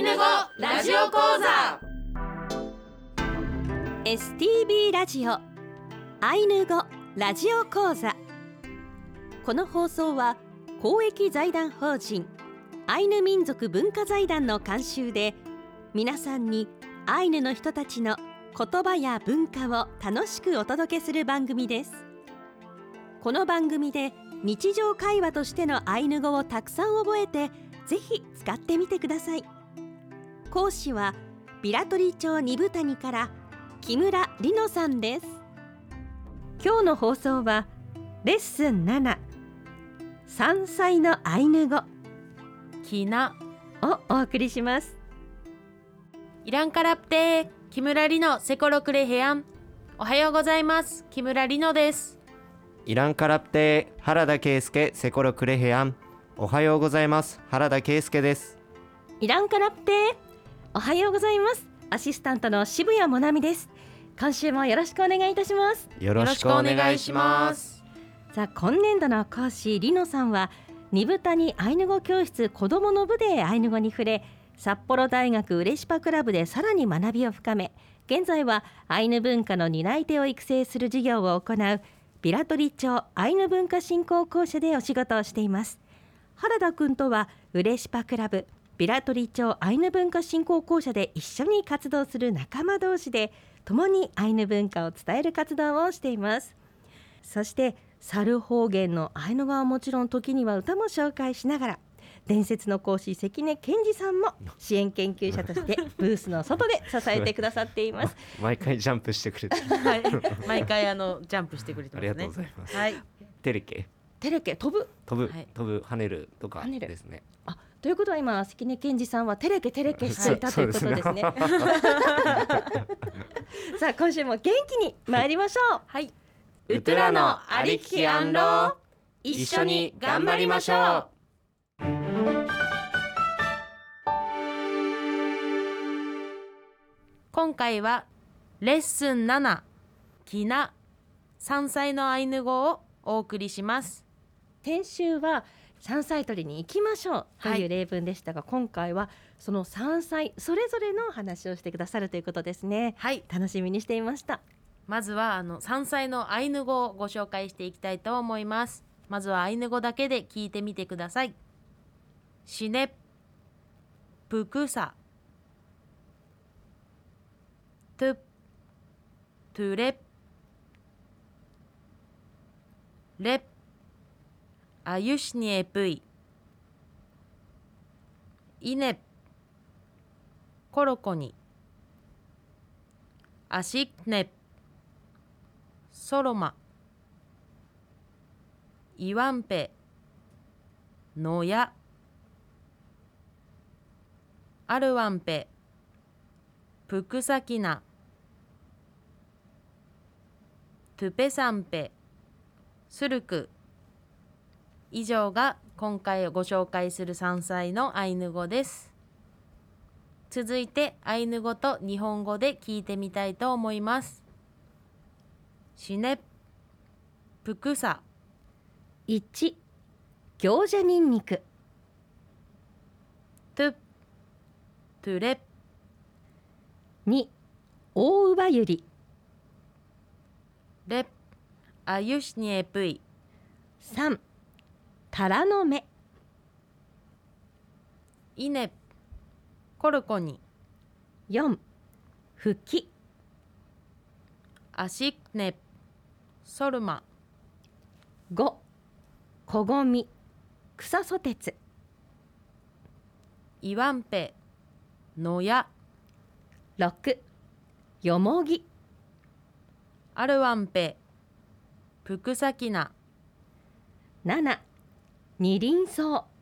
イヌ語ラジオ講座 STB ラジオアイヌ語ラジオ講座。この放送は公益財団法人アイヌ民族文化財団の監修で、皆さんにアイヌの人たちの言葉や文化を楽しくお届けする番組です。この番組で日常会話としてのアイヌ語をたくさん覚えて、ぜひ使ってみてください。講師はビラトリ町二部谷から木村里乃さんです。今日の放送はレッスン7、山菜のアイヌ語キナをお送りします。 イランカラプテー木村里乃セコロクレヘアン。おはようございます。木村里乃です。 イランカラプテー原田圭介セコロクレヘアン。おはようございます。原田圭介です。 イランカラプテーおはようございます。アシスタントの渋谷もなみです。今週もよろしくお願いいたします。 よろしくお願いします。 さあ、今年度の講師里乃さんは二部谷アイヌ語教室子どもの部でアイヌ語に触れ、札幌大学ウレシパクラブでさらに学びを深め、現在はアイヌ文化の担い手を育成する事業を行うビラトリ町アイヌ文化振興公社でお仕事をしています。原田くんとはウレシパクラブビラトリ町アイヌ文化振興公社で一緒に活動する仲間同士で、共にアイヌ文化を伝える活動をしています。そして猿方言のアイヌ語はもちろん、時には歌も紹介しながら、伝説の講師関根健二さんも支援研究者としてブースの外で支えてくださっています毎回ジャンプしてくれてはい、毎回ジャンプしてくれてますね。 ありがとうございます。 はい、 テレケテレケ飛ぶ、 はい、 飛ぶ跳ねるとかですね。 ということは今関根健二さんはテレケしていたということですね。さあ、今週も元気に参りましょう。 はい、 ウトラのありきあんろ一緒に頑張りましょう。 今回はレッスン7、キナ山菜のアイヌ語をお送りします。 先週は山菜採りに行きましょうという例文でしたが、今回はその山菜それぞれの話をしてくださるということですね。 はい、 楽しみにしていました。 まずは山菜のアイヌ語をご紹介していきたいと思います。まずはアイヌ語だけで聞いてみてください。シネプクサトゥトゥレレアユシニエプイイネコロコニアシクネソロマイワンペノヤアルワンペプクサキナトゥペサンペスルク。以上が今回ご紹介する山菜のアイヌ語です。続いてアイヌ語と日本語で聞いてみたいと思います。シネプクサ。 1、行者ニンニク。 トゥトゥレ。 2、大ウバユリ。 レアユシニエプイ。 3、タラの芽。 イネコルコニ。 4、フキ。 アシクネソルマ。 5、コゴミ、草ソテツ。 イワンペノヤ。 6、ヨモギ。 アルワンペプクサキナ。 7、ニリンソウ。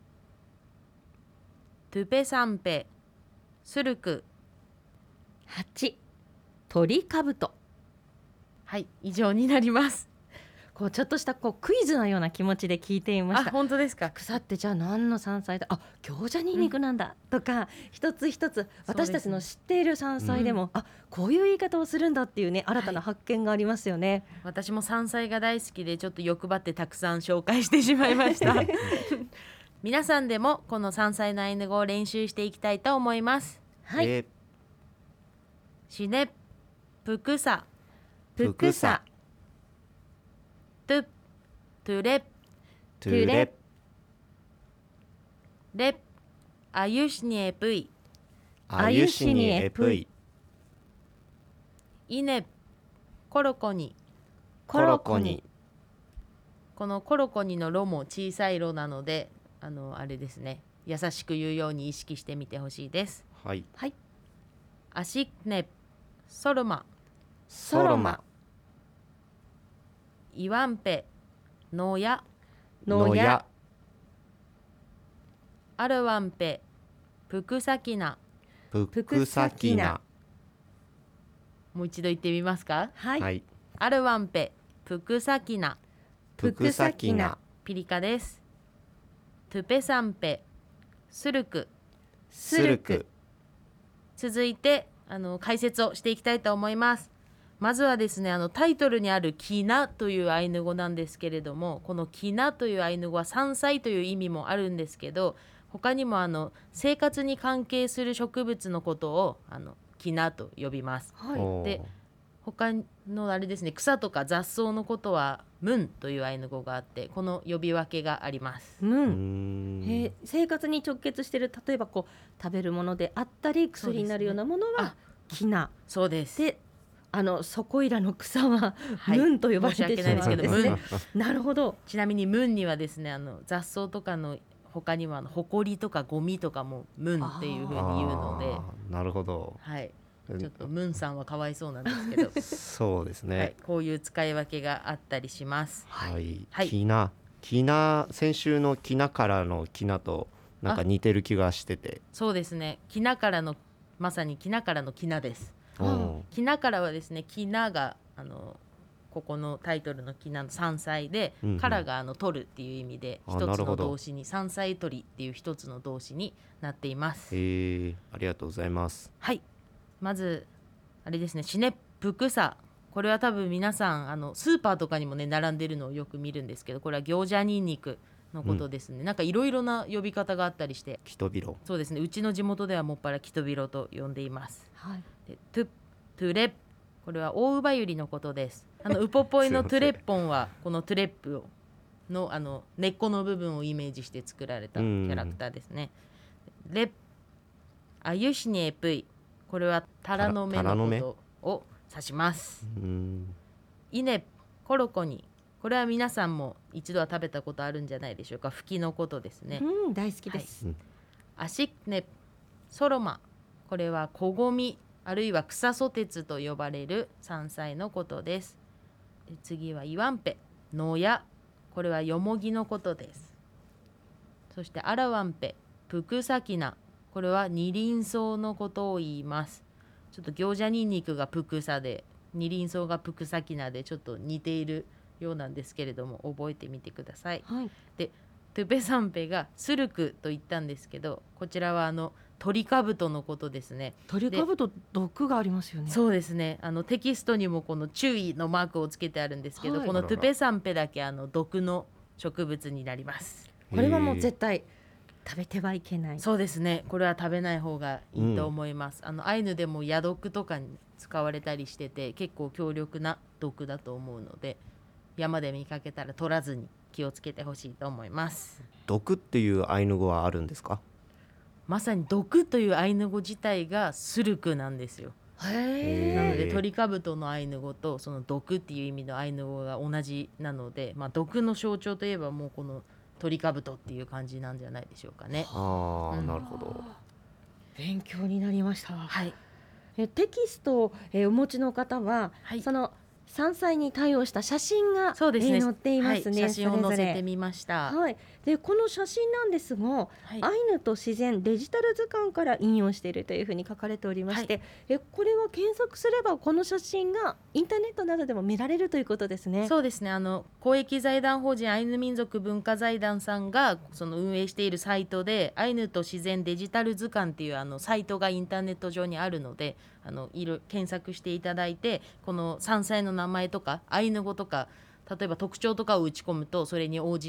トゥペサンペスルク。 8、トリカブト。 はい、以上になります。 ちょっとしたクイズのような気持ちで聞いていました。 本当ですか。 草ってじゃあ何の山菜だ、行者ニンニクなんだ、とか一つ一つ私たちの知っている山菜でも、こういう言い方をするんだっていうね、新たな発見がありますよね。 私も山菜が大好きで、ちょっと欲張ってたくさん紹介してしまいました皆さんでもこの山菜のアイヌ語を練習していきたいと思います。 はい。 シネプクサプクサ、 トゥトゥレトゥレレアユシニエプイアユシニエプイイネコロコニ。 コロコニ。 このコロコニのロも小さいロなのであれですね、優しく言うように意識してみてほしいです。 はい。 アシクネソルマソロマイワンペノヤノヤアルワンペプクサキナ。 プクサキナ。 もう一度言ってみますか。 はい。 はい。 アルワンペプクサキナプクサキナ。 ピリカです。トゥペサンペスルク。 スルク。 続いて解説をしていきたいと思います。まずはですね、タイトルにあるキナというアイヌ語なんですけれども、このキナというアイヌ語は山菜という意味もあるんですけど、他にも生活に関係する植物のことをキナと呼びます。 はい。 で他のあれですね、草とか雑草のことはムンというアイヌ語があって、この呼び分けがあります。 う。 うんん。 生活に直結している、例えば食べるものであったり薬になるようなものはキナそうです。 で、そこいらの草ははいムンと呼ばれて申し訳ないですけどしまうんですね。 ムなるほど。 ちなみにムンにはですね、雑草とかの他にはホコリとかゴミとかもムンっていうふうに言うので、 なるほど。 はい、ちょっとムンさんはかわいそうなんですけど、 そうですはいね。、 こういう使い分けがあったりします。 はい。 はいキナ。キナ、先週のキナからのキナとなんか似てる気がしてて。 そうですね、キナからのまさにキナからのキナです。 うんキナからはですね、キナがここのタイトルのキナの山菜で、 うんうんからが取るっていう意味であ一つのなるほど動詞に山菜取りっていう一つの動詞になっています。 ありがとうございます。 はい、まずあれですね、シネプクサ。これは多分皆さんスーパーとかにもね並んでるのをよく見るんですけど、これは行者ニンニクのことですね。なんかいろいろな呼び方があったりして、 キトビロ。 そうですね、うちの地元ではもっぱらキトビロと呼んでいます。 はい。 でトゥレ、これはオオウバユリのことです。ウポポイのトゥレッポンはこのトゥレップの根っこの部分をイメージして作られたキャラクターですね。レアユシニエプイ、これはタラの芽のことを指します。イネコロコニ、これは皆さんも一度は食べたことあるんじゃないでしょうか。フキのことですね。 うん、大好きです。 アシクネソロマ、これはコゴミあるいは草ソテツと呼ばれる山菜のことです。で次はイワンペノヤ、これはヨモギのことです。そしてアラワンペプクサキナ、これは二輪草のことを言います。ちょっと行者ニンニクがプクサで二輪草がプクサキナでちょっと似ているようなんですけれども、覚えてみてください。 はい。 でトゥペサンペがスルクと言ったんですけど、こちらはトリカブトのことですね。 トリカブト毒がありますよね。 そうですね、テキストにもこの注意のマークをつけてあるんですけど、 はいこのトゥペサンペだけ毒の植物になります。 これはもう絶対食べてはいけない。 そうですね、これは食べない方がいいと思います。アイヌでもヤ毒とかに使われたりしてて、結構強力な毒だと思うので、山で見かけたら取らずに気をつけてほしいと思います。 毒っていうアイヌ語はあるんですか？ まさに毒というアイヌ語自体がスルクなんですよ。 へなのえ。 でトリカブトのアイヌ語とその毒っていう意味のアイヌ語が同じなので、毒の象徴といえばもうこのトリカブトっていう感じなんじゃないでしょうかね。 なるほど。 勉強になりました。 はいテキストを、お持ちの方は、 はいその山菜に対応した写真が、 そうですね、 載っていますね。 はい、写真を載せてそれぞれみました。 はい。でこの写真なんですが、 はいアイヌと自然デジタル図鑑から引用しているというふうに書かれておりまして、これは検索すればこの写真がインターネットなどでも見られるということですね。 そうですね、公益財団法人アイヌ民族文化財団さんがその運営しているサイトで、アイヌと自然デジタル図鑑っていうサイトがインターネット上にあるので、検索していただいて、この山菜の名前とかアイヌ語とか例えば特徴とかを打ち込むと、それに応じた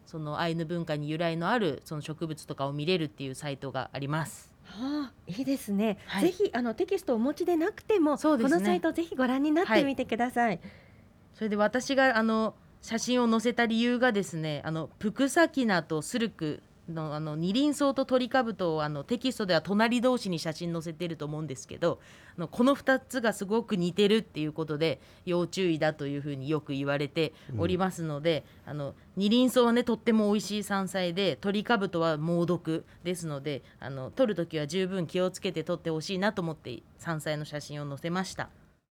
そのアイヌ文化に由来のあるその植物とかを見れるっていうサイトがあります。 いいですね、 はいぜひテキストをお持ちでなくても、 そうですねこのサイトぜひご覧になってみてください。 それで私が写真を載せた理由がですね、プクサキナとスルクの二輪草とトリカブトをテキストでは隣同士に写真載せてると思うんですけど、この2つがすごく似てるっていうことで要注意だというふうによく言われておりますので、二輪草はねとっても美味しい山菜で、トリカブトは猛毒ですので撮るときは十分気をつけて撮ってほしいなと思って山菜の写真を載せました。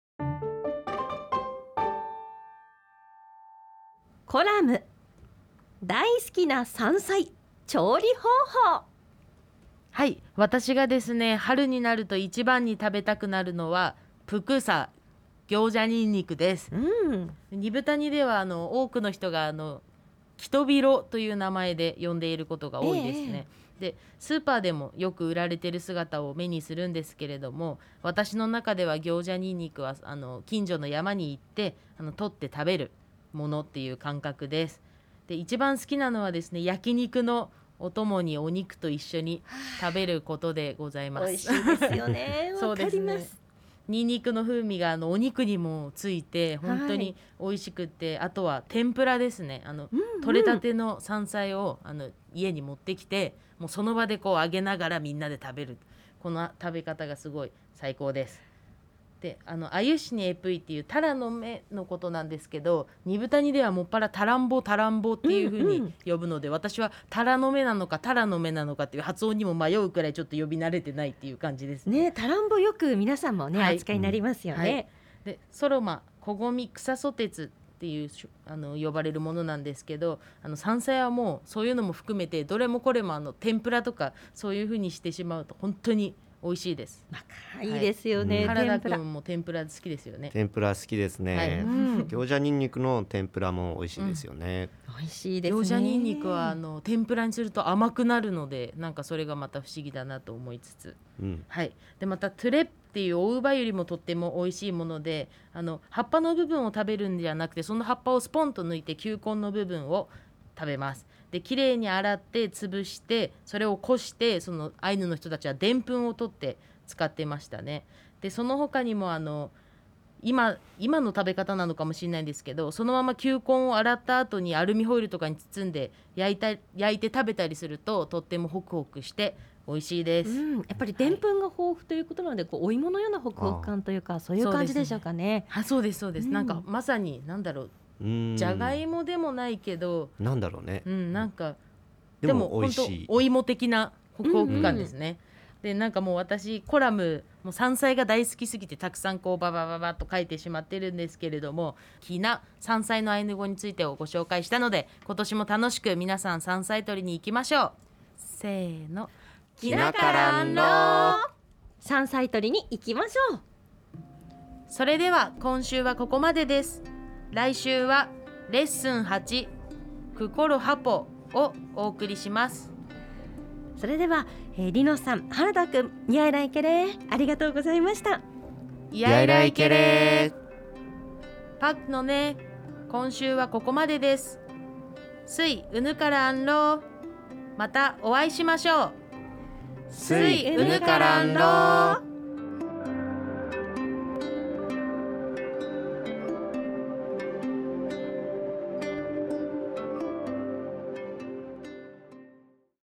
コラム大好きな山菜調理方法。 はい、私がですね春になると一番に食べたくなるのはプクサ行者ニンニクです。煮豚煮では多くの人がキトビロという名前で呼んでいることが多いですね。でスーパーでもよく売られている姿を目にするんですけれども、私の中では行者ニンニクは近所の山に行って取って食べるものっていう感覚です。で一番好きなのはですね、焼肉のお供にお肉と一緒に食べることでございます。 美味しいですよね。 そうですね。 わかります。 ニンニクの風味がお肉にもついて本当に美味しくって、あとは天ぷらですね。取れたての山菜を家に持ってきて、もうその場でこう揚げながらみんなで食べる、この食べ方がすごい最高です。でアユシにエプイっていうタラの芽のことなんですけど、煮豚煮ではもっぱらタランボっていう風に呼ぶので、私はタラの芽なのかタラの芽なのかっていう発音にも迷うくらいちょっと呼び慣れてないっていう感じですね。 タランボよく皆さんもね、 はい扱いになりますよね。 でソロマコゴミ草ソテツっていう呼ばれるものなんですけど、山菜はもうそういうのも含めてどれもこれも天ぷらとかそういう風にしてしまうと本当に美味しいです。 いいですよね。 原田天ぷら君も天ぷら好きですよね。 天ぷら好きですね、行者ニンニクの天ぷらも美味しいですよね、 美味しいですね。 行者ニンニクは天ぷらにすると甘くなるので、なんかそれがまた不思議だなと思いつつ、でまたトゥレっていう大葉よりもとっても美味しいもので、葉っぱの部分を食べるんじゃなくて、その葉っぱをスポンと抜いて球根の部分を食べます。できれいに洗って潰して、それをこして、そのアイヌの人たちはでんぷんを取って使ってましたね。でその他にも今の食べ方なのかもしれないんですけど、そのまま球根を洗った後にアルミホイルとかに包んで焼いて食べたりするととってもホクホクして美味しいです。 やっぱりでんぷんが豊富ということなので、お芋のようなホクホク感というか、そういう感じでしょうかね。 そうです、なんかまさになんだろう、じゃがいもでもないけどなんだろうね、 なんかでも美味しい、 本当お芋的なホクホク感ですね。でなんかもう私コラムもう山菜が大好きすぎてたくさんこうババババッと書いてしまってるんですけれども、きな山菜のアイヌ語についてをご紹介したので、今年も楽しく皆さん山菜採りに行きましょう。せーの、 きなからんろ。 山菜採りに行きましょう。 それでは今週はここまでです。来週はレッスン8クコロハポをお送りします。 それでは、リノさん、原田くん、ニャイライケレー、ありがとうございました。 やいらいけれー。 パックのね、今週はここまでです。スイウヌからアンロー、またお会いしましょう。 スイウヌからんろー。